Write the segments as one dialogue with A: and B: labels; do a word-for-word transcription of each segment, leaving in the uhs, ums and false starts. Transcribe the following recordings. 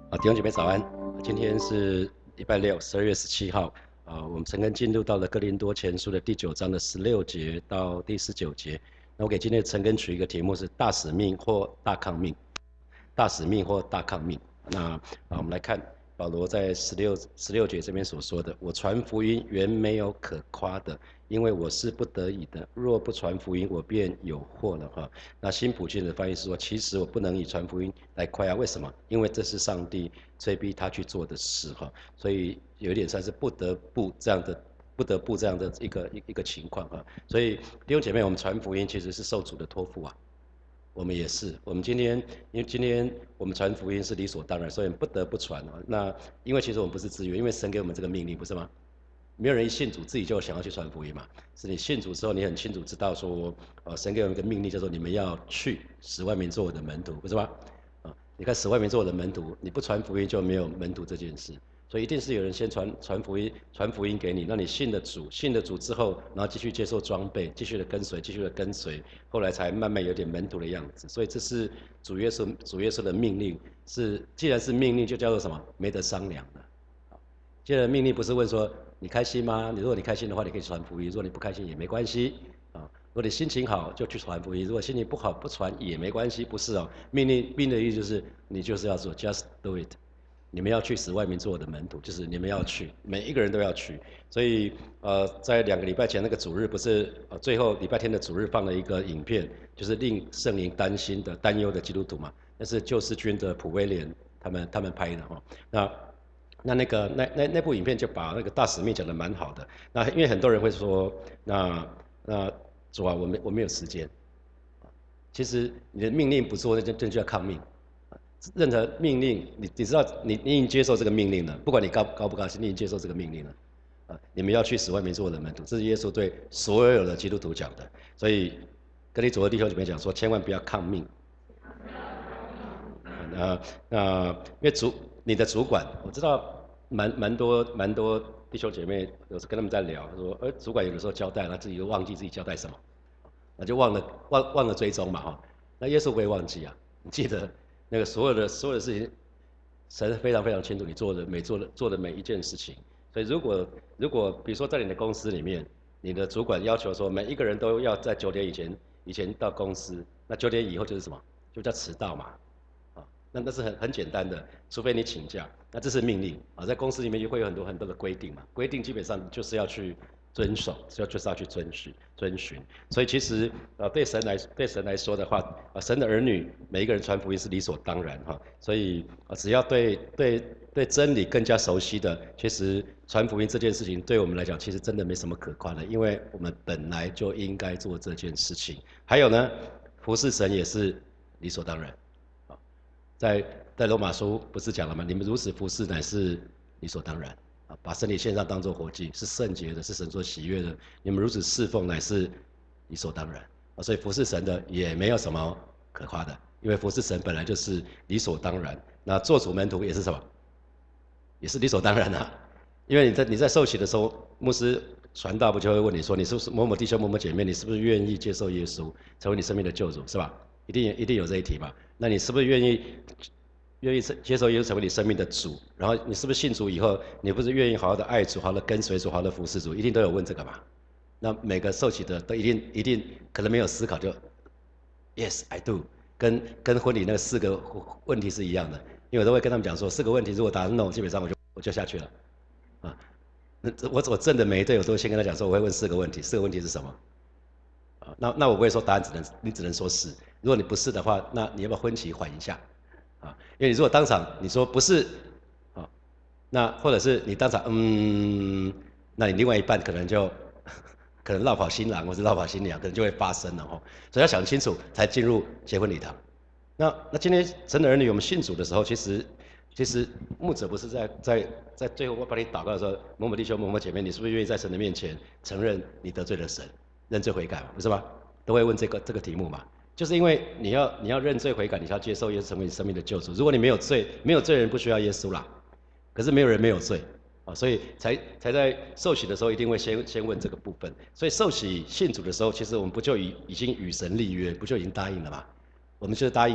A: 啊，弟兄姐妹早安！今天是礼拜六，十二月十七号。啊，我们陈根进入到了哥林多前书的第九章的十六节到第十九节。那我给今天的陈根取一个题目是大使命或大抗命。大使命或大抗命。那啊，我们来看保罗在十六十六节这边所说的：我传福音原没有可夸的，因为我是不得已的。若不传福音，我便有祸了哈。那新普金的翻译是说，其实我不能以传福音来夸耀，为什么？因为这是上帝催逼他去做的事哈，所以有一点算是不得不这样的。不得不这样的一个一个情况哈，所以弟兄姐妹，我们传福音其实是受主的托付啊，我们也是，我们今天因为今天我们传福音是理所当然，所以不得不传啊。那因为其实我们不是自愿，因为神给我们这个命令，不是吗？没有人一信主自己就想要去传福音嘛，是你信主之后，你很清楚知道说，呃，神给我们一个命令，叫做你们要去使万民做我的门徒，不是吗？啊，你看使万民做我的门徒，你不传福音就没有门徒这件事。所以一定是有人先传传福音，传福音给你，让你信了主，信了主之后，然后继续接受装备，继续的跟随，继续的跟随，后来才慢慢有点门徒的样子。所以这是主耶稣主耶稣的命令，是既然是命令，就叫做什么？没得商量的。既然命令不是问说你开心吗？你如果你开心的话，你可以传福音；如果你不开心也没关系啊。如果你心情好就去传福音，如果心情不好不传也没关系，不是哦。命令命令的意思就是你就是要做，just do it。你们要去使外面做我的门徒，就是你们要去，每一个人都要去。所以，呃，在两个礼拜前那个主日，不是呃最后礼拜天的主日放了一个影片，就是令圣灵担心的、担忧的基督徒嘛，那是救世军的普威廉他们他们拍的哈。那那那个那那那部影片就把那个大使命讲得蛮好的。那因为很多人会说，那那主啊，我没我没有时间。其实你的命令不做，那就就叫抗命。任何命令，你你知道你你已经接受这个命令了，不管你高高不高兴，你已经接受这个命令了。啊，你们要去使外面做我的门徒，这是耶稣对所有的基督徒讲的。所以跟你左的弟兄姐妹讲说，千万不要抗命。那那因为主你的主管，我知道蛮蛮多蛮多弟兄姐妹有时跟他们在聊，说，呃，主管有的时候交代，他自己都忘记自己交代什么，那就忘了忘忘了追踪嘛哈。那耶稣不会忘记啊，你记得那个所有的所有的事情，神非常非常清楚你做的每做的做的每一件事情。所以如果如果比如说在你的公司里面，你的主管要求说每一个人都要在九点以前以前到公司，那九点以后就是什么？就叫迟到嘛。啊，那那是很很简单的，除非你请假，那这是命令啊，在公司里面就会有很多很多的规定嘛，规定基本上就是要去遵守，就就是要去遵循遵循。所以其实呃对神来对神来说的话，啊神的儿女每一个人传福音是理所当然哈，所以啊只要对对对真理更加熟悉的，其实传福音这件事情对我们来讲其实真的没什么可夸的，因为我们本来就应该做这件事情。还有呢，服侍神也是理所当然。在在罗马书不是讲了吗？你们如此服侍乃是理所当然啊，把身体献上当作活祭，是圣洁的，是神所喜悦的。你们如此侍奉乃是理所当然啊，所以服侍神的也没有什么可夸的，因为服侍神本来就是理所当然。那做主门徒也是什么？也是理所当然啊，因为你在你在受洗的时候，牧师传道不就会问你说，你是不是某某弟兄某某姐妹，你是不是愿意接受耶稣成为你生命的救主，是吧？一定一定有这一题吧？那你是不是愿意愿意接受耶稣成为你生命的主？然后你是不是信主以后，你不是愿意好好的爱主，好好的跟随主，好好的服侍主？一定都有问这个嘛？那每个受洗的都一定一定可能没有思考就 Yes I do，跟跟婚礼那四个问题是一样的，因为我都会跟他们讲说，四个问题如果答 no，基本上我就我就下去了啊。那我我正的每一对我都会先跟他讲说，我会问四个问题，四个问题是什么？啊，那那我不会说答案只能你只能说是，如果你不是的话，那你要不要婚期缓一下？啊，因为你如果当场你说不是，啊，那或者是你当场嗯，那你另外一半可能就可能绕跑新郎或是绕跑新娘，可能就会发生了哦。所以要想清楚才进入结婚礼堂。那那今天神的儿女我们信主的时候，其实其实牧者不是在在在最后我帮你祷告的时候，某某弟兄某某姐妹，你是不是愿意在神的面前承认你得罪了神，认罪悔改嘛，不是吗？都会问这个这个题目嘛。就是因为你要你要认罪悔改，你要接受耶稣成为你生命的救主。如果你没有罪，没有罪人不需要耶稣啦。可是没有人没有罪啊，所以才才在受洗的时候一定会先先问这个部分。所以受洗信主的时候，其实我们不就已已经与神立约，不就已经答应了吗？我们就是答应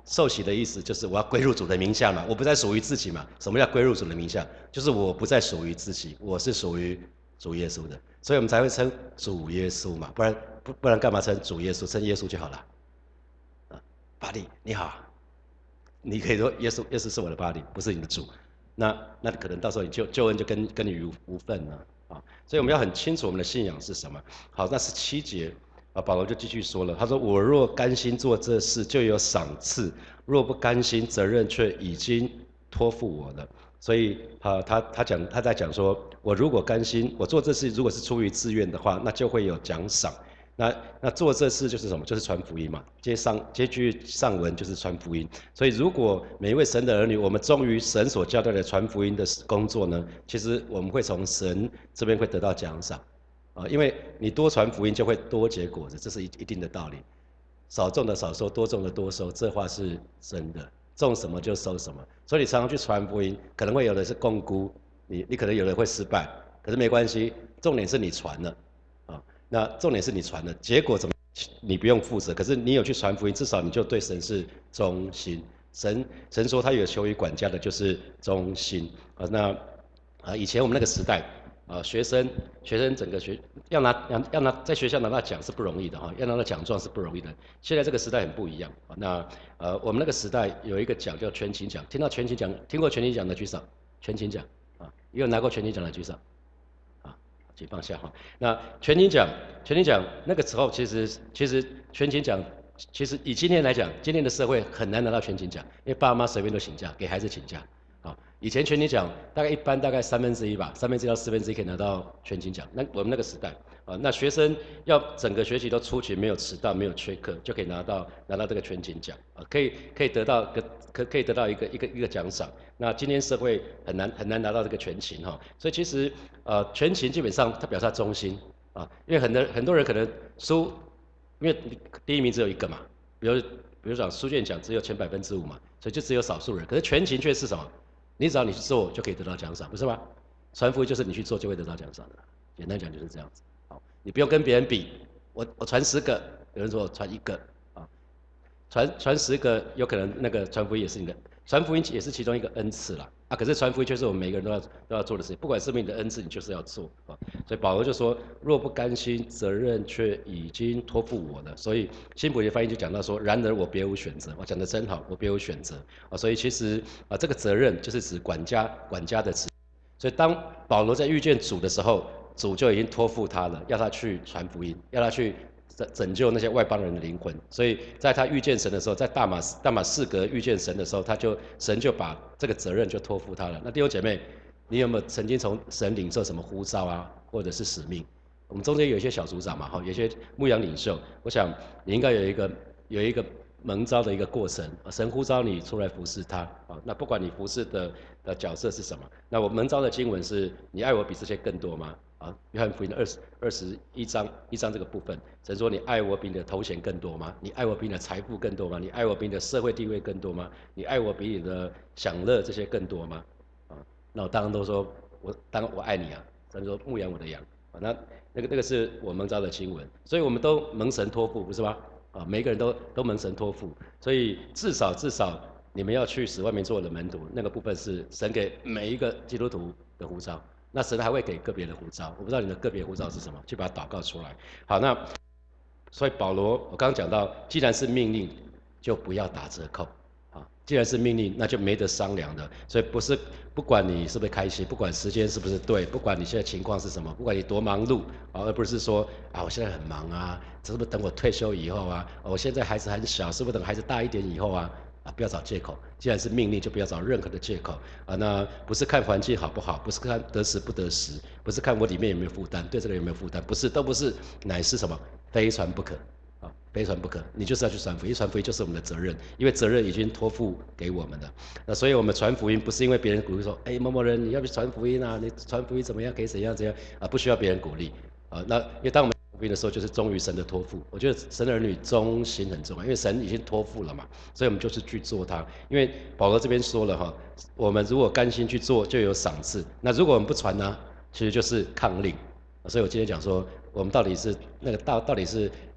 A: 受洗的意思就是我要归入主的名下嘛，我不再属于自己嘛。什么叫归入主的名下？就是我不再属于自己，我是属于主耶稣的，所以我们才会称主耶稣嘛，不然不不然干嘛称主耶稣？称耶稣就好了。啊，巴利你好，你可以说耶稣耶稣是我的巴利，不是你的主。那那可能到时候你救救恩就跟跟你无无份了啊。所以我们要很清楚我们的信仰是什么。好，那十七节啊，保罗就继续说了，他说：“我若甘心做这事，就有赏赐；若不甘心，责任却已经托付我了。”所以啊，他他讲他在讲说，我如果甘心，我做这事如果是出于自愿的话，那就会有奖赏。那那做这事就是什么？就是传福音嘛。接上接句上文就是传福音。所以如果每一位神的儿女，我们忠于神所交代的传福音的工作呢，其实我们会从神这边会得到奖赏啊，因为你多传福音就会多结果子，这是一一定的道理。少种的少收，多种的多收，这话是真的。种什么就收什么，所以你常常去传福音，可能会有的是共辜，你你可能有的会失败，可是没关系，重点是你传了。那重点是你传的结果怎么，你不用负责。可是你有去传福音，至少你就对神是忠心。神神说他有求于管家的，就是忠心啊。那啊，以前我们那个时代啊，学生学生整个学要拿要要拿在学校拿到奖是不容易的哈，要拿到奖状是不容易的。现在这个时代很不一样啊。那呃，我们那个时代有一个奖叫全勤奖，听到全勤奖，听过全勤奖的举手。全勤奖啊，也有拿过全勤奖的举手。请放下哈。那全勤奖，全勤奖那个时候其实其实全勤奖，其实以今天来讲，今天的社会很难拿到全勤奖，因为爸妈随便都请假，给孩子请假。啊，以前全勤奖大概一般大概三分之一吧，三分之一到四分之一可以拿到全勤奖。那我们那个时代啊，那学生要整个学期都出勤，没有迟到，没有缺课，就可以拿到拿到这个全勤奖啊，可以可以得到个可可以得到一个一个一个奖赏。那今天社会很难很难拿到这个全勤哈，所以其实呃全勤基本上它表示忠心啊，因为很多很多人可能书，因为第一名只有一个嘛，比如比如讲书卷奖只有前百分之五嘛，所以就只有少数人，可是全勤却是什么？你只要你去做就可以得到奖赏，不是吗？传福音就是你去做就会得到奖赏的，简单讲就是这样子。好，你不用跟别人比，我我传十个，有人说我传一个啊，传传十个有可能那个传福音也是你的。传福音也是其中一个恩赐啦，啊，可是传福音却是我们每个人都要都要做的事情，不管是不是你的恩赐，你就是要做啊。所以保罗就说：若不甘心，责任却已经托付我了。所以新普学翻译就讲到说：然而我别无选择。我讲的真好，我别无选择啊。所以其实啊，这个责任就是指管家管家的职。所以当保罗在遇见主的时候，主就已经托付他了，要他去传福音，要他去拯拯救那些外邦人的灵魂。所以在他遇见神的时候，在大马大马士革遇见神的时候，他就神就把这个责任就托付他了。那弟兄姐妹，你有没有曾经从神领受什么呼召啊，或者是使命？我们中间有一些小组长嘛，哈，有些牧羊领袖，我想你应该有一个有一个蒙召的一个过程，神呼召你出来服侍他啊。那不管你服侍的的角色是什么，那我蒙召的经文是：你爱我比这些更多吗？啊，约翰福音的二十二十一章一章这个部分，神说：你爱我比你的头衔更多吗？你爱我比你的财富更多吗？你爱我比你的社会地位更多吗？你爱我比你的享乐这些更多吗？啊，那我当然都说，我当然我爱你啊。神说：牧养我的羊啊。那那个那个是我蒙召的经文，所以我们都蒙神托付，不是吗？啊，每个人都都蒙神托付，所以至少至少你们要去使外面做的门徒，那个部分是神给每一个基督徒的呼召。那神还会给个别的呼召，我不知道你的个别呼召是什么，去把它祷告出来。好，那所以保罗，我刚刚讲到，既然是命令，就不要打折扣啊。既然是命令，那就没得商量的。所以不是不管你是不是开心，不管时间是不是对，不管你现在情况是什么，不管你多忙碌啊，而不是说啊我现在很忙啊，是不是等我退休以后啊？我现在孩子还是小，是不是等孩子大一点以后啊？啊，不要找借口。既然是命令，就不要找任何的借口啊。那不是看环境好不好，不是看得时不得时，不是看我里面有没有负担，对这个有没有负担，不是，都不是，乃是什么？非传不可啊，非传不可。你就是要去传福音，传福音就是我们的责任，因为责任已经托付给我们了。那所以我们传福音不是因为别人鼓励说，哎，某某人你要不传福音啊？你传福音怎么样？可以怎样怎样啊？不需要别人鼓励啊。那因为当我们福音的时候，就是忠于神的托付。我觉得神的儿女忠心很重要，因为神已经托付了嘛，所以我们就是去做它。因为保罗这边说了哈，我们如果甘心去做，就有赏赐。那如果我们不传呢，其实就是抗令。所以我今天讲说，我们到底是那个到到底是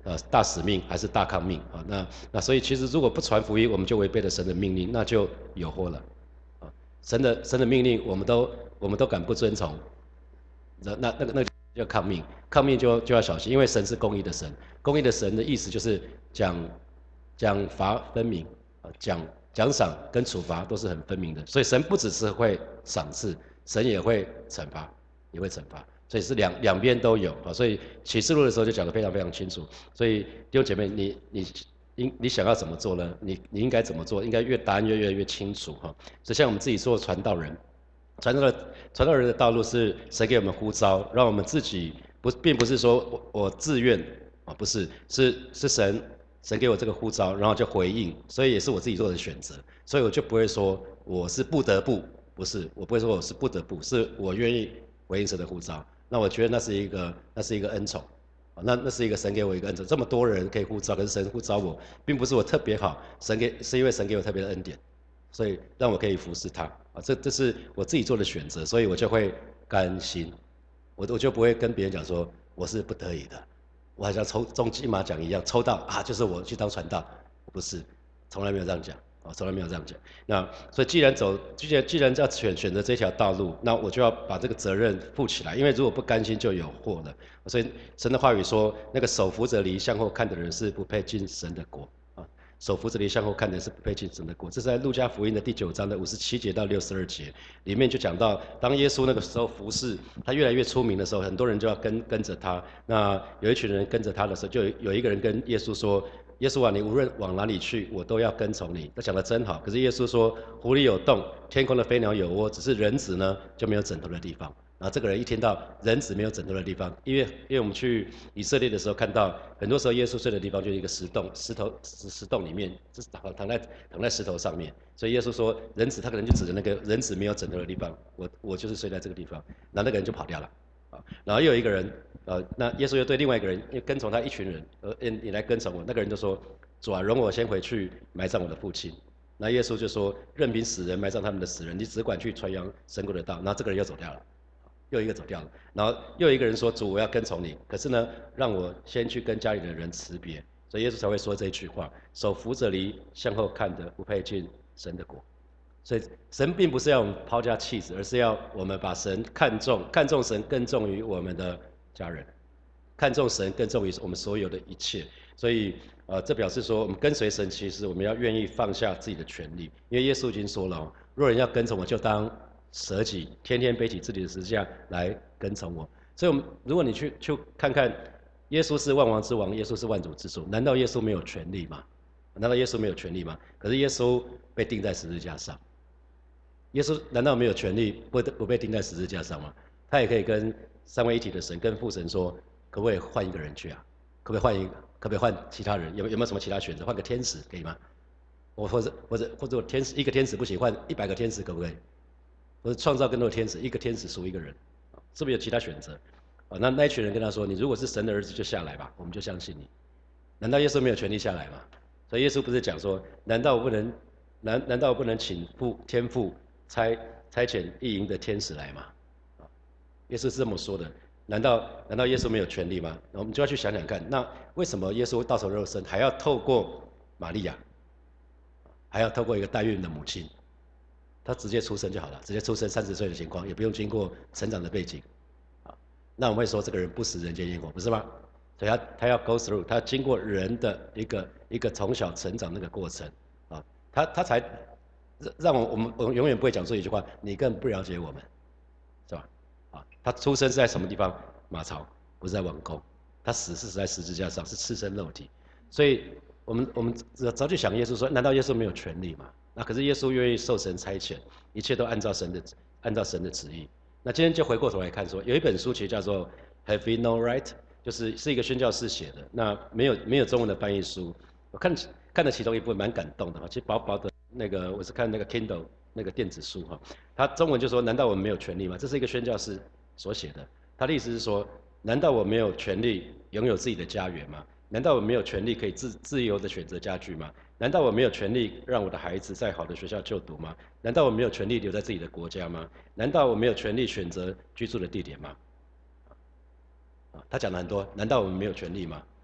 A: 呃大使命还是大抗命啊？那那所以其实如果不传福音，我们就违背了神的命令，那就有祸了啊！神的神的命令我们都我们都敢不遵从，那那那个那个叫抗命，抗命就就要小心，因为神是公义的神，公义的神的意思就是讲奖罚分明啊，奖奖赏跟处罚都是很分明的，所以神不只是会赏赐，神也会惩罚，也会惩罚。所以是两两边都有啊，所以启示录的时候就讲得非常非常清楚。所以弟兄姐妹，你你应你想要怎么做呢？你你应该怎么做？应该越答案越越来越清楚哈。所以像我们自己做传道人，传道的传道人的道路是神给我们呼召，让我们自己不并不是说我我自愿啊，不是，是是神神给我这个呼召，然后就回应，所以也是我自己做的选择，所以我就不会说我是不得不，不是，我不会说我是不得不，是我愿意回应神的呼召。那我觉得那是一个，那是一个恩宠，啊，那那是一个神给我一个恩宠。这么多人可以呼召，可是神呼召我，并不是我特别好，神给是因为神给我特别的恩典，所以让我可以服侍他啊。这这是我自己做的选择，所以我就会甘心，我我就不会跟别人讲说我是不得已的，我好像抽中金马奖一样，抽到啊就是我去当传道，不是，从来没有这样讲。哦，从来没有这样讲。那所以既然走，既然既然要选选择这条道路，那我就要把这个责任负起来。因为如果不甘心，就有祸了。所以神的话语说，那个手扶着犁向后看的人是不配进神的国啊。手扶着犁向后看的人是不配进神的国。这是在路加福音的第九章的五十七节到六十二节里面就讲到，当耶稣那个时候服侍他越来越出名的时候，很多人就要跟跟着他。那有一群人跟着他的时候，就有有一个人跟耶稣说。耶稣啊，你无论往哪里去，我都要跟从你。他讲得真好。可是耶稣说，湖里有洞，天空的飞鸟有窝，只是人子呢就没有枕头的地方。然后这个人一听到人子没有枕头的地方，因为因为我们去以色列的时候看到，很多时候耶稣睡的地方就是一个石洞，石头石石洞里面，就是躺躺在躺在石头上面。所以耶稣说，人子他可能就指着那个人子没有枕头的地方，我我就是睡在这个地方。然后那个人就跑掉了。啊，然后又有一个人，呃，那耶稣又对另外一个人，因为跟从他一群人，呃，你你来跟从我，那个人就说，主啊，容我先回去埋葬我的父亲。那耶稣就说，任凭死人埋葬他们的死人，你只管去传扬神国的道。然后这个人又走掉了，又一个走掉了。然后又一个人说，主，我要跟从你，可是呢，让我先去跟家里的人辞别。所以耶稣才会说这一句话：手扶着犁向后看的，不配进神的国。所以神并不是要我们抛家弃子，而是要我们把神看重，看重神更重于我们的家人，看重神更重于我们所有的一切。所以，呃，这表示说，我们跟随神，其实我们要愿意放下自己的权利，因为耶稣已经说了哦，若人要跟从我，就当舍己，天天背起自己的十字架来跟从我。所以，我们如果你去去看看，耶稣是万王之王，耶稣是万主之主，难道耶稣没有权利吗？难道耶稣没有权利吗？可是耶稣被钉在十字架上。耶稣难道没有权利不不被钉在十字架上吗？他也可以跟三位一体的神、跟父神说，可不可以换一个人去啊？可不可以换一个？可不可以换其他人？有有没有什么其他选择？换个天使可以吗？我或者或者或者天使一个天使不行，换一百个天使可不可以？或者创造更多的天使，一个天使属一个人，是不是有其他选择？啊，那那一群人跟他说，你如果是神的儿子就下来吧，我们就相信你。难道耶稣没有权利下来吗？所以耶稣不是讲说，难道我不能难难道我不能请父天父差差遣意营的天使来吗？啊，耶稣是这么说的。难道难道耶稣没有权利吗？那我们就要去想想看，那为什么耶稣道成肉身还要透过玛利亚，还要透过一个代孕的母亲？他直接出生就好了，直接出生三十岁的情况，也不用经过成长的背景。啊，那我们会说这个人不食人间烟火，不是吗？所以他他要 go through， 他经过人的一个一个从小成长那个过程，啊，他他才让我我们我们永远不会讲出一句话，你更不了解我们，是吧？啊，他出生是在什么地方？马槽，不是在王宫。他死是死在十字架上，是赤身肉体。所以我们我们早就想耶稣说，难道耶稣没有权利吗？那可是耶稣愿意受神差遣，一切都按照神的按照神的旨意。那今天就回过头来看说，有一本书其实叫做 Have We No Right？就是是一个宣教士写的，那没有没有中文的翻译书，我看看了其中一部分蛮感动的哈，其实薄薄的那个我是看那个 Kindle 那个电子书哈，他中文就说难道我们没有权利吗？这是一个宣教士所写的，他的意思是说，难道我没有权利拥有自己的家园吗？难道我没有权利可以自自由的选择家具吗？难道我没有权利让我的孩子在好的学校就读吗？难道我没有权利留在自己的国家吗？难道我没有权利选择居住的地点吗？他讲了很多，难道我们没有权利吗？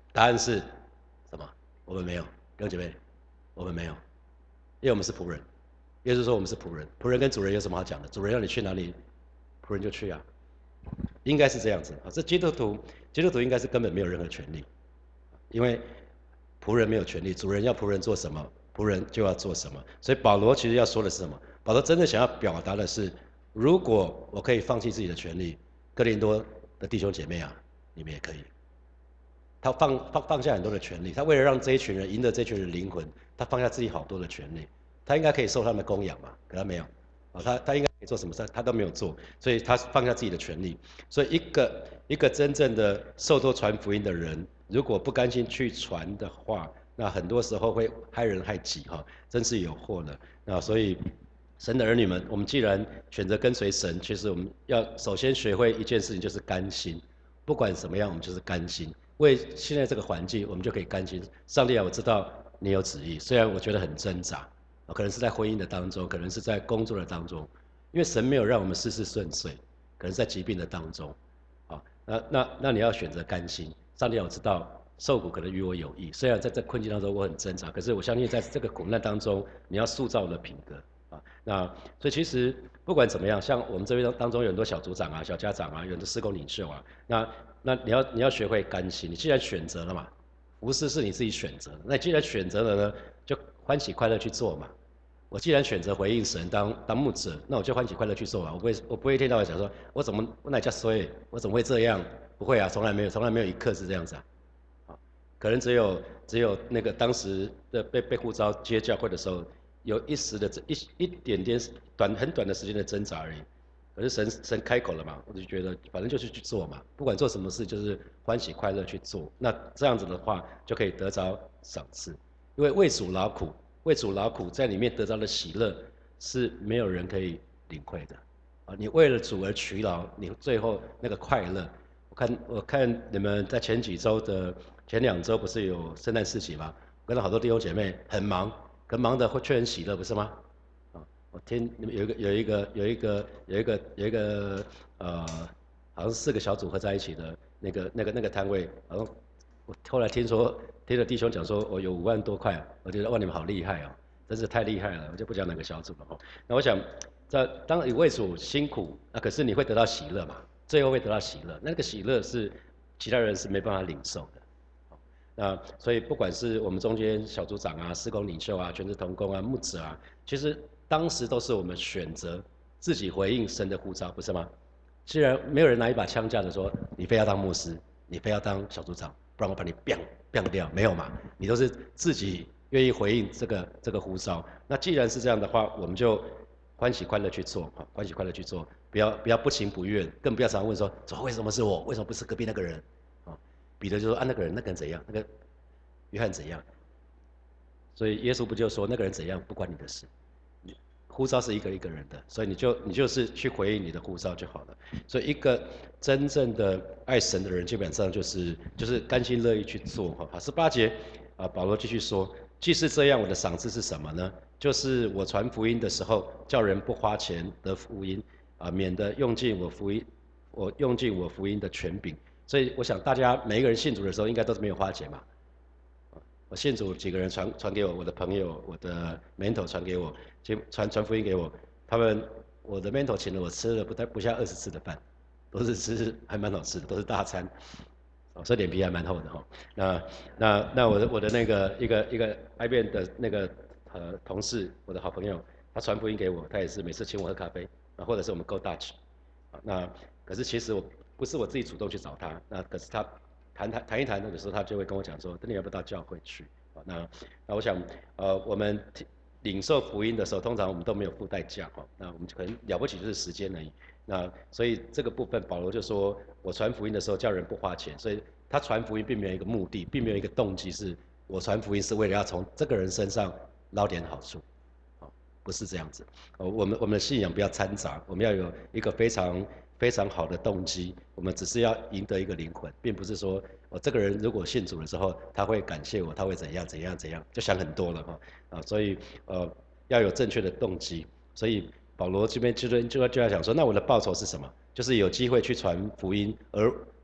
A: 答案是什么？我们没有，弟兄姐妹，我们没有，因为我们是仆人。耶稣说我们是仆人，仆人跟主人有什么好讲的？主人要你去哪里，仆人就去啊，应该是这样子啊。这基督徒，基督徒应该是根本没有任何权利，因为仆人没有权利，主人要仆人做什么，仆人就要做什么。所以保罗其实要说的是什么？保罗真的想要表达的是，如果我可以放弃自己的权利，哥林多的弟兄姐妹啊，你们也可以。他放放放下很多的权利，他为了让这一群人赢得这群人灵魂，他放下自己好多的权利。他应该可以受他们的供养嘛，可他没有。啊，他他应该可以做什么事，他都没有做，所以他放下自己的权利。所以一个一个真正的受托传福音的人，如果不甘心去传的话，那很多时候会害人害己哈，真是有祸了。那所以神的儿女们，我们既然选择跟随神，其实我们要首先学会一件事情，就是甘心。不管怎么样，我们就是甘心。为现在这个环境，我们就可以甘心。上帝啊，我知道你有旨意，虽然我觉得很挣扎，可能是在婚姻的当中，可能是在工作的当中，因为神没有让我们事事顺遂，可能在疾病的当中，啊，那那那你要选择甘心。上帝啊，我知道受苦可能与我有益，虽然在这困境当中我很挣扎，可是我相信在这个苦难当中，你要塑造我的品格啊。那所以其实不管怎么样，像我们这边当中有很多小组长啊、小家长啊，有很多施工领袖啊，那那你要你要学会甘心。你既然选择了嘛，服事是你自己选择的，那你既然选择了呢，就欢喜快乐去做嘛。我既然选择回应神当当牧者，那我就欢喜快乐去做嘛。我不会我不会一天到晚想说，我怎么我哪叫衰，我怎么会这样？不会啊，从来没有，从来没有一刻是这样子啊。啊，可能只有只有那个当时的被被呼召接教会的时候，有一时的一一点点短很短的时间的挣扎而已。可是神神开口了嘛，我就觉得反正就是去做嘛，不管做什么事就是欢喜快乐去做。那这样子的话就可以得着赏赐，因为为主劳苦，为主劳苦在里面得到的喜乐是没有人可以领会的。啊，你为了主而劬劳，你最后那个快乐，我看我看你们在前几周的前两周不是有圣诞市集吗？跟了好多弟兄姐妹很忙，可忙的会却很喜乐，不是吗？我听你们有一个有一个有一个有一个有一个呃，好像是四个小组合在一起的那个那个那个摊位，好像我后来听说听了弟兄讲说，我有五万多块，我觉得哇你们好厉害哦，真是太厉害了，我就不讲哪个小组了哦。那我想，这当你为主辛苦，那可是你会得到喜乐嘛？最后会得到喜乐，那个喜乐是其他人是没办法领受的。那所以不管是我们中间小组长啊、施工领袖啊、全职同工啊、牧者啊，其实当时都是我们选择自己回应神的呼召，不是吗？既然没有人拿一把枪架着说你非要当牧师，你非要当小组长，不然我把你 biang biang 掉，没有嘛？你都是自己愿意回应这个这个呼召。那既然是这样的话，我们就欢喜快乐去做啊，欢喜快乐去做，不要不要不情不愿，更不要常问说，怎么为什么是我？为什么不是隔壁那个人？彼得就说啊，那个人那个人怎样，那个约翰怎样，所以耶稣不就说那个人怎样不关你的事，呼召是一个一个人的，所以你就你就是去回应你的呼召就好了。所以一个真正的爱神的人，基本上就是就是甘心乐意去做哈。好，十八节啊，保罗继续说，既是这样，我的赏赐是什么呢？就是我传福音的时候，叫人不花钱得福音啊，免得用尽我福音，我用尽我福音的权柄。所以我想大家每一个人信主的时候，应该都是没有花钱嘛。我信主几个人传传给我，我的朋友，我的 mentor 传给我，就传传福音给我。他们我的 mentor 请了我吃了不太不下二十次的饭，都是吃还蛮好吃的，都是大餐。哦，所以脸皮还蛮厚的哈。那那那我的我的那个一个一个 I B M 的那个呃同事，我的好朋友，他传福音给我，他也是每次请我喝咖啡，啊或者是我们 go Dutch。那可是其实我不是我自己主动去找他，那可是他谈谈谈一谈的时候，他就会跟我讲说，等你要不要到教会去？啊，那那我想，呃，我们领受福音的时候，通常我们都没有付代价哈，那我们可能了不起就是时间而已。那所以这个部分，保罗就说我传福音的时候叫人不花钱，所以他传福音并没有一个目的，并没有一个动机，是我传福音是为了要从这个人身上捞点好处。不是这样子，呃，我们我们的信仰不要掺杂，我们要有一个非常非常好的动机，我们只是要赢得一个灵魂，并不是说，我这个人如果信主了之后，他会感谢我，他会怎样怎样怎样，就想很多了哈，啊，所以呃要有正确的动机，所以保罗这边就就就要就要讲说，那我的报酬是什么？就是有机会去传福音，而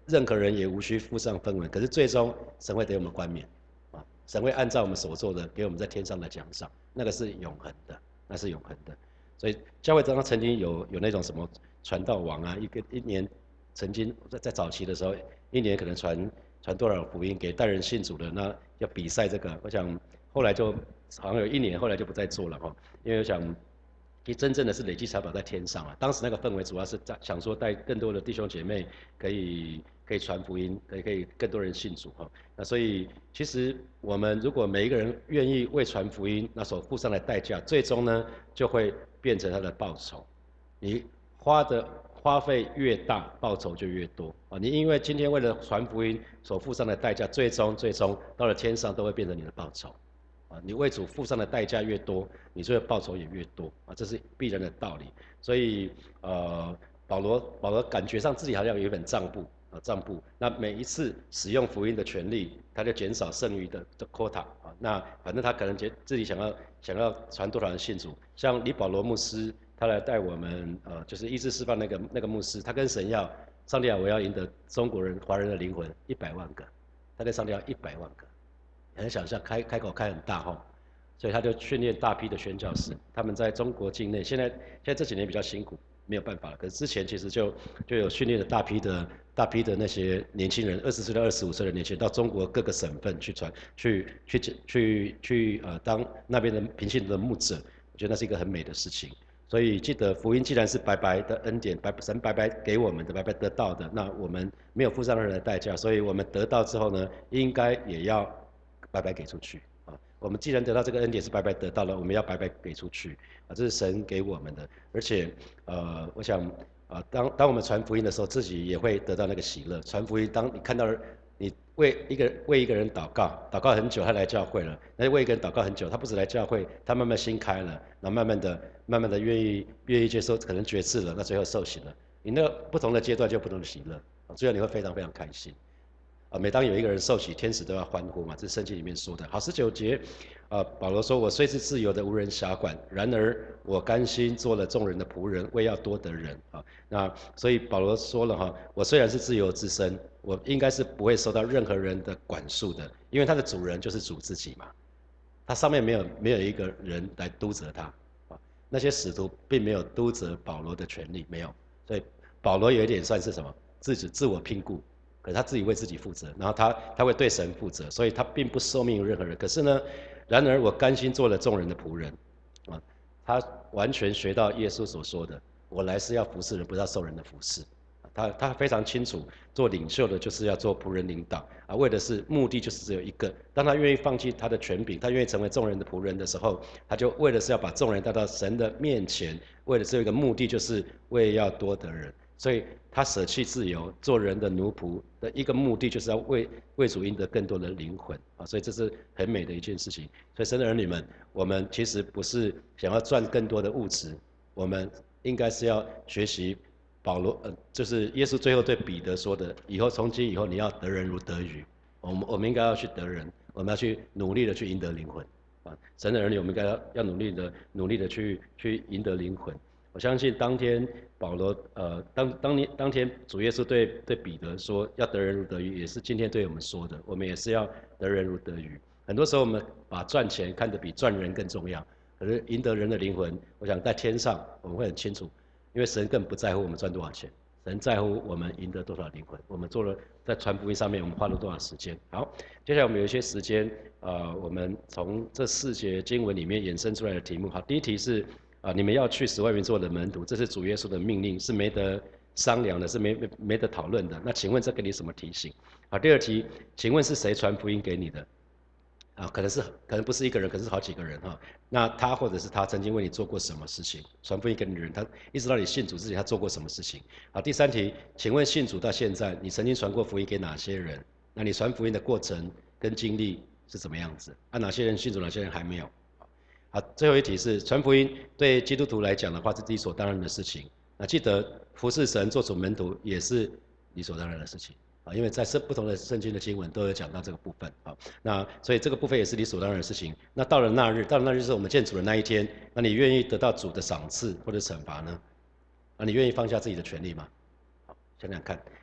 A: 任何人也无需付上分文。可是最终神会给我们冠冕，啊，神会按照我们所做的给我们在天上的奖赏，那个是永恒的，那是永恒的。所以教会刚刚曾经有有那种什么传道王啊，一个一年曾经在在早期的时候，一年可能传传多少福音给带人信主的，那要比赛这个，我想后来就好像有一年，后来就不再做了哈，因为我想。其实真正的是累积财宝在天上啊！当时那个氛围主要是在想说带更多的弟兄姐妹可以可以传福音，可以可以更多人信主哈。那所以其实我们如果每一个人愿意为传福音，那所付上的代价，最终呢就会变成他的报酬。你花的花费越大，报酬就越多啊！你因为今天为了传福音所付上的代价，最终最终到了天上都会变成你的报酬。啊，你为主付上的代价越多，你最后报酬也越多啊，这是必然的道理。所以呃，保罗保罗感觉上自己好像有一本账簿啊，账簿。那每一次使用福音的权利，他就减少剩余的的 quota 啊。那反正他可能觉自己想要想要传多少人信主，像李保罗牧师，他来带我们呃，就是医治释放那个那个牧师，他跟神要，上帝啊，我要赢得中国人华人的灵魂一百万个，他跟上帝要一百万个。很想象开开口开很大吼，所以他就训练大批的宣教士，他们在中国境内，现在现在这几年比较辛苦，没有办法了。可是之前其实就就有训练了大批的大批的那些年轻人，二十岁到二十五岁的年轻人，到中国各个省份去传，去去去去呃当那边的平信的牧者，我觉得那是一个很美的事情。所以记得福音既然是白白的恩典，白神白白给我们的，白白得到的，那我们没有付上任何的代价，所以我们得到之后呢，应该也要白白给出去啊！我们既然得到这个恩典是白白得到了，我们要白白给出去啊！这是神给我们的，而且呃，我想啊，当当我们传福音的时候，自己也会得到那个喜乐。传福音，当你看到你为一个为一个人祷告，祷告很久，他来教会了；那为一个人祷告很久，他不止来教会，他慢慢心开了，然后慢慢的、慢慢的愿意愿意接受，可能决志了，那最后受洗了。你那不同的阶段就不同的喜乐，最后你会非常非常开心。啊，每当有一个人受洗，天使都要欢呼嘛，这是圣经里面说的。好，十九节，呃，保罗说：“我虽是自由的，无人辖管，然而我甘心做了众人的仆人，为要多得人。”啊，那所以保罗说了哈，我虽然是自由之身，我应该是不会受到任何人的管束的，因为他的主人就是主自己嘛，他上面没有没有一个人来督责他，啊，那些使徒并没有督责保罗的权利，没有，所以保罗有一点算是什么，自己自我评估。可是他自己为自己负责，然后他他会对神负责，所以他并不受命于任何人。可是呢，然而我甘心做了众人的仆人，啊，他完全学到耶稣所说的，我来是要服侍人，不是要受人的服侍。他他非常清楚，做领袖的就是要做仆人领导啊，为的是目的就是只有一个。当他愿意放弃他的权柄，他愿意成为众人的仆人的时候，他就为的是要把众人带到神的面前，为的是有一个目的，就是为要多得人。所以他舍弃自由，做人的奴仆的一个目的，就是要为为主赢得更多的灵魂啊！所以这是很美的一件事情。所以神的儿女们，我们其实不是想要赚更多的物质，我们应该是要学习保罗，呃，就是耶稣最后对彼得说的：以后从今以后，你要得人如得鱼。我们我们应该要去得人，我们要去努力的去赢得灵魂啊！神的儿女，我们应该要要努力的努力的去去赢得灵魂。我相信当天保罗，呃，当当年当天主耶稣对对彼得说要得人如得鱼，也是今天对我们说的，我们也是要得人如得鱼。很多时候我们把赚钱看得比赚人更重要，可是赢得人的灵魂，我想在天上我们会很清楚，因为神更不在乎我们赚多少钱，神在乎我们赢得多少灵魂，我们做了在传福音上面我们花了多少时间。好，接下来我们有一些时间，呃，我们从这四节经文里面衍生出来的题目。好，第一题是。啊，你们要去使万民做我的门徒，这是主耶稣的命令，是没得商量的，是没没没得讨论的。那请问这给你什么提醒？好，第二题，请问是谁传福音给你的？啊，可能是可能不是一个人，可能是好几个人哈。那他或者是他曾经为你做过什么事情？传福音给你的人，他一直到你信主之前，他做过什么事情？好，第三题，请问信主到现在，你曾经传过福音给哪些人？那你传福音的过程跟经历是怎么样子？啊，哪些人信主，哪些人还没有？好，最后一题是传福音对基督徒来讲的话是理所当然的事情。那记得服侍神做主门徒也是理所当然的事情啊，因为在不同的圣经的经文都有讲到这个部分啊。那所以这个部分也是理所当然的事情。那到了那日，到了那日是我们见主的那一天，那你愿意得到主的赏赐或者惩罚呢？啊，你愿意放下自己的权利吗？好，想想看。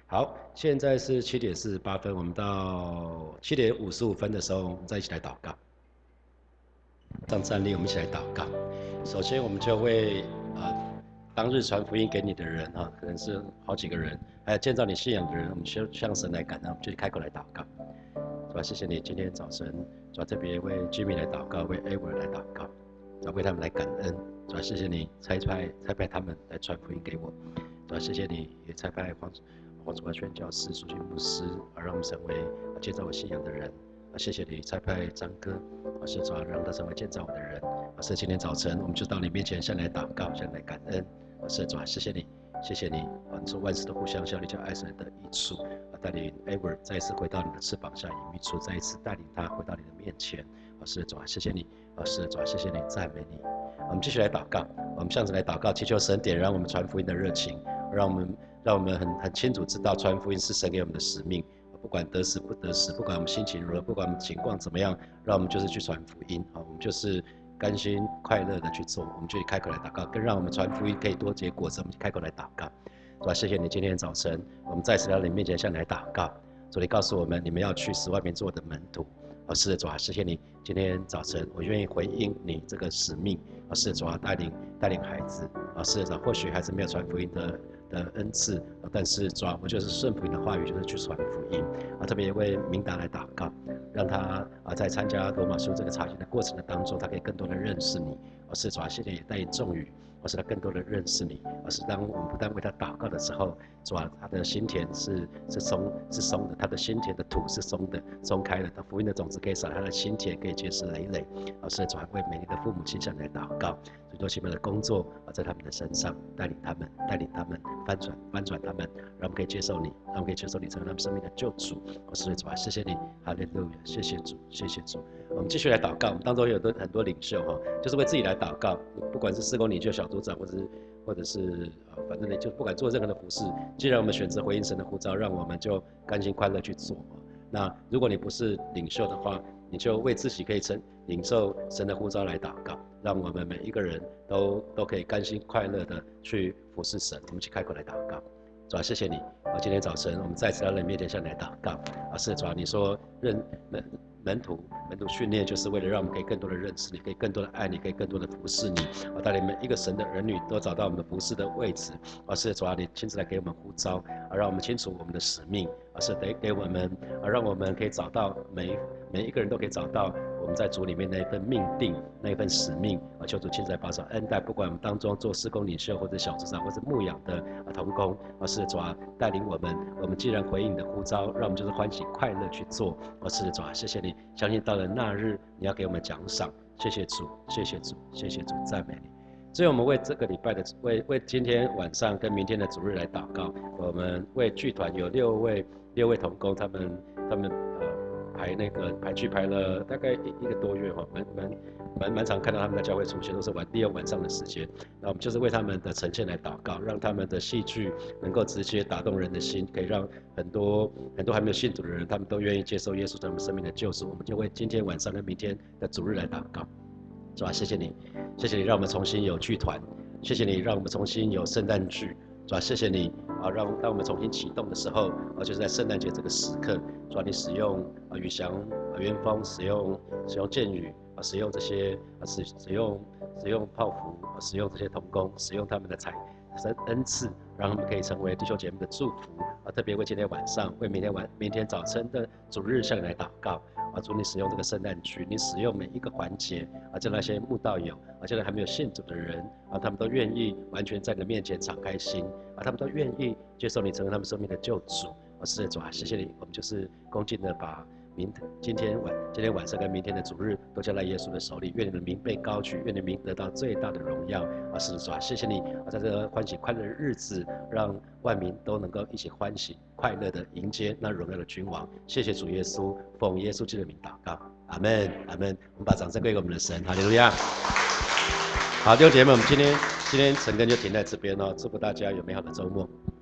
A: 好，现在是七点四十八分，我们到七点五十五分的时候，我们再一起来祷告。上站立，我们一起来祷告。首先，我们就为呃当日传福音给你的人哈，可能是好几个人，还有建造你信仰的人，我们先向神来感恩，我们就开口来祷告。是吧？谢谢你今天早晨，是吧？特别为 Jimmy 来祷告，为 Edward 来祷告，是吧？为他们来感恩，是吧？谢谢你差派差派他们来传福音给我，是吧？谢谢你也差派黄黄祖华宣教师、苏军牧师，而让我们成为建造我信仰的人。啊，谢谢你差派张哥，啊，是主让他成为建造我的人。啊，是今天早晨我们就到你面前向你来祷告，向你来感恩。啊，是主，谢谢你，谢谢你。啊，你说万事都互相效力，叫爱神的益处。啊，带领 Edward 再一次回到你的翅膀下，隐秘处，再一次带领他回到你的面前。啊，是主，谢谢你。啊，是主，谢谢你，赞美你。我们继续来祷告，我们向神来祷告，祈求神点燃我们传福音的热情，让我们让我们很很清楚知道传福音是神给我们的使命。不管得时不得时，不管我们心情如何，不管我们情况怎么样，让我们就是去传福音啊，我们就是甘心快乐的去做，我们就开口来祷告，更让我们传福音可以多结果子，我们就开口来祷告。是吧？谢谢你今天早晨，我们再次来到你面前向你来祷告。主，你告诉我们，你们要去使万民做我的门徒。啊，是的，主啊，谢谢你今天早晨，我愿意回应你这个使命。啊，是的，主啊，带领带领孩子。啊，是的，主啊，或许孩子没有传福音的。的恩赐，但是主要我就是顺服你的话语，就是去传福音啊。特别为明达来祷告，让他啊在参加罗马书这个查经的过程的当中，他可以更多的认识你。而是主啊，现在也带领众语，而是他更多的认识你。而是当我们不但为他祷告的时候，主啊，他的心田是是松是松的，他的心田的土是松的，松开了，他福音的种子可以撒，他的心田可以结实累累。而是主啊，为每一个父母亲向你来祷告。许多奇妙的工作啊，在他们的身上带领他们，带领他们翻转翻转他们，让我们可以接受你，让我们可以接受你成为他们生命的救主。我是主啊，谢谢你，哈利路亚，谢谢主，谢谢主。我们继续来祷告，我们当中有很多很多领袖哈，就是为自己来祷告，不管是事工领袖、小组长，或者是或者是呃，反正呢，就不管做任何的服事，既然我们选择回应神的呼召，让我们就甘心快乐去做。那如果你不是领袖的话，你就为自己可以成领受神的呼召来祷告，让我们每一个人都都可以甘心快乐的去服侍神。我们去开口来祷告。主啊，谢谢你啊！今天早晨我们再次来到你面前向你来祷告啊！是主啊，你说认门门徒门徒训练就是为了让我们可以更多的认识你，可以更多的爱你，可以更多的服侍你啊！带领每一个神的儿女都找到我们的服侍的位置啊！是主啊，你亲自来给我们呼召啊，让我们清楚我们的使命啊！是得给我们啊，让我们可以找到每每一个人都可以找到我们在主里面那一份命定，那一份使命啊！求主亲自来保守恩待，不管我们当中做事工领袖或者小组长或者牧养的啊同工啊，是主啊，带领我们，我们既然回应你的呼召，让我们就是欢喜快乐去做。啊，是主啊，谢谢你，相信到了那日你要给我们奖赏。谢谢主，谢谢主，谢谢主，赞美你。所以我们为这个礼拜的为为今天晚上跟明天的主日来祷告。我们为剧团有六位六位同工，他们他们呃排那个排剧排了大概一一个多月哈，蛮蛮蛮蛮常看到他们在教会出现，都是晚利用晚上的时间。那我们就是为他们的呈现来祷告，让他们的戏剧能够直接打动人的心，可以让很多很多还没有信主的人，他们都愿意接受耶稣成为生命的救赎。我们就为今天晚上跟明天的主日来祷告。主啊，谢谢你，谢谢你让我们重新有剧团，谢谢你让我们重新有圣诞剧。主啊，谢谢你啊，让当我们重新启动的时候，啊，就是在圣诞节这个时刻，主啊，你使用啊宇翔、啊元丰，使用使用剑宇啊，使用这些啊使使用使用泡芙，啊使用这些童工，使用他们的才神恩赐，让他们可以成为弟兄姐妹的祝福啊！特别为今天晚上，为明天晚明天早晨的主日向你来祷告啊！主，你使用这个圣诞区，你使用每一个环节啊，叫那些慕道友啊，叫那还没有信主的人啊，他们都愿意完全在你的面前敞开心啊，他们都愿意接受你成为他们生命的救主啊！是的，主啊，谢谢你，我们就是恭敬的把。明今天晚今天晚上跟明天的主日都交在耶稣的手里，愿你的名被高举，愿你的名得到最大的荣耀啊！是主啊，谢谢你啊，在这个欢喜快乐的日子，让万民都能够一起欢喜快乐的迎接那荣耀的君王。谢谢主耶稣，奉耶稣基督的名祷告，阿门，阿门。我们把掌声归给我们的神，哈利路亚。好，弟兄姐妹们，我们今天今天晨更就停在这边哦，祝福大家有美好的周末。